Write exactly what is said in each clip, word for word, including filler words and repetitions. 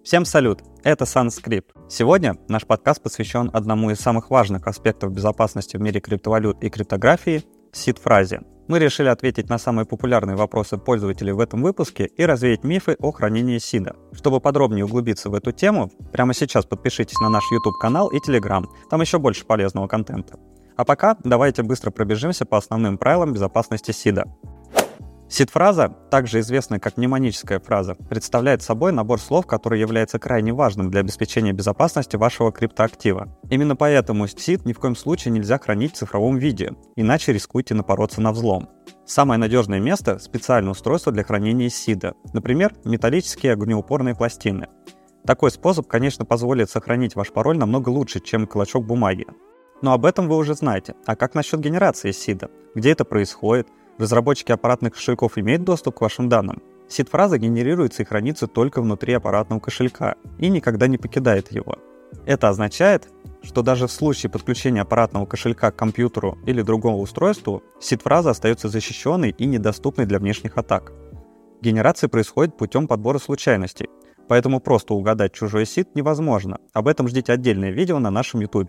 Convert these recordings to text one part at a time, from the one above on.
Всем салют, это SunScript. Сегодня наш подкаст посвящен одному из самых важных аспектов безопасности в мире криптовалют и криптографии – сид-фразе. Мы решили ответить на самые популярные вопросы пользователей в этом выпуске и развеять мифы о хранении сида. Чтобы подробнее углубиться в эту тему, прямо сейчас подпишитесь на наш YouTube-канал и Telegram, там еще больше полезного контента. А пока давайте быстро пробежимся по основным правилам безопасности сида. Сид-фраза, также известная как мнемоническая фраза, представляет собой набор слов, который является крайне важным для обеспечения безопасности вашего криптоактива. Именно поэтому сид ни в коем случае нельзя хранить в цифровом виде, иначе рискуете напороться на взлом. Самое надежное место – специальное устройство для хранения сида, например, металлические огнеупорные пластины. Такой способ, конечно, позволит сохранить ваш пароль намного лучше, чем клочок бумаги. Но об этом вы уже знаете. А как насчет генерации сида? Где это происходит? Разработчики аппаратных кошельков имеют доступ к вашим данным. Сид-фраза генерируется и хранится только внутри аппаратного кошелька и никогда не покидает его. Это означает, что даже в случае подключения аппаратного кошелька к компьютеру или другому устройству, сид-фраза остается защищенной и недоступной для внешних атак. Генерация происходит путем подбора случайностей, поэтому просто угадать чужой сид невозможно. Об этом ждите отдельное видео на нашем YouTube.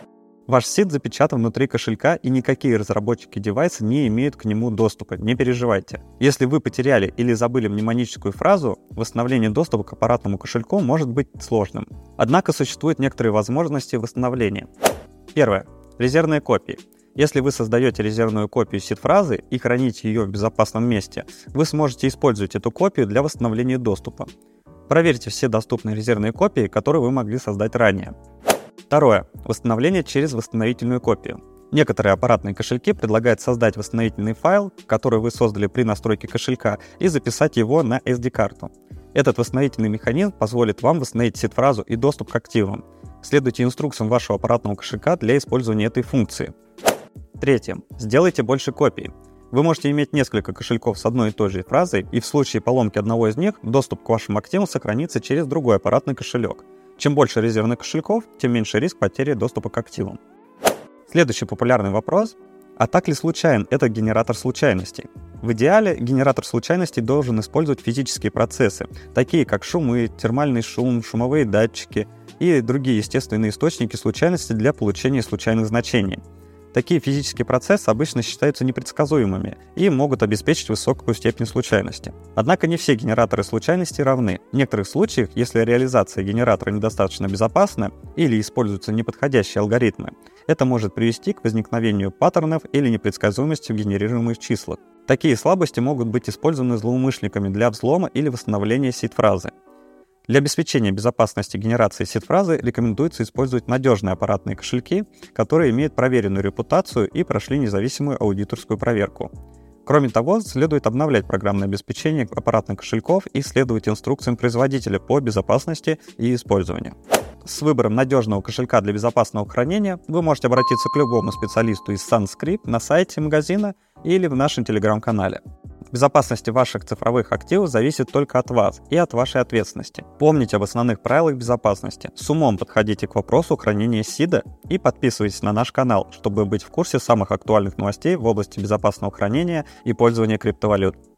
Ваш сид запечатан внутри кошелька, и никакие разработчики девайса не имеют к нему доступа, не переживайте. Если вы потеряли или забыли мнемоническую фразу, восстановление доступа к аппаратному кошельку может быть сложным. Однако существуют некоторые возможности восстановления. Первое. Резервные копии. Если вы создаете резервную копию сид-фразы и храните ее в безопасном месте, вы сможете использовать эту копию для восстановления доступа. Проверьте все доступные резервные копии, которые вы могли создать ранее. Второе. Восстановление через восстановительную копию. Некоторые аппаратные кошельки предлагают создать восстановительный файл, который вы создали при настройке кошелька, и записать его на эс ди-карту. Этот восстановительный механизм позволит вам восстановить сид-фразу и доступ к активам. Следуйте инструкциям вашего аппаратного кошелька для использования этой функции. Третье. Сделайте больше копий. Вы можете иметь несколько кошельков с одной и той же фразой, и в случае поломки одного из них доступ к вашим активам сохранится через другой аппаратный кошелек. Чем больше резервных кошельков, тем меньше риск потери доступа к активам. Следующий популярный вопрос – а так ли случайен этот генератор случайностей? В идеале генератор случайностей должен использовать физические процессы, такие как шумы, термальный шум, шумовые датчики и другие естественные источники случайности для получения случайных значений. Такие физические процессы обычно считаются непредсказуемыми и могут обеспечить высокую степень случайности. Однако не все генераторы случайностей равны. В некоторых случаях, если реализация генератора недостаточно безопасна или используются неподходящие алгоритмы, это может привести к возникновению паттернов или непредсказуемости в генерируемых числах. Такие слабости могут быть использованы злоумышленниками для взлома или восстановления сид-фразы. Для обеспечения безопасности генерации сид-фразы рекомендуется использовать надежные аппаратные кошельки, которые имеют проверенную репутацию и прошли независимую аудиторскую проверку. Кроме того, следует обновлять программное обеспечение аппаратных кошельков и следовать инструкциям производителя по безопасности и использованию. С выбором надежного кошелька для безопасного хранения вы можете обратиться к любому специалисту из SunScript на сайте магазина или в нашем Telegram-канале. Безопасность ваших цифровых активов зависит только от вас и от вашей ответственности. Помните об основных правилах безопасности. С умом подходите к вопросу хранения сида и подписывайтесь на наш канал, чтобы быть в курсе самых актуальных новостей в области безопасного хранения и пользования криптовалют.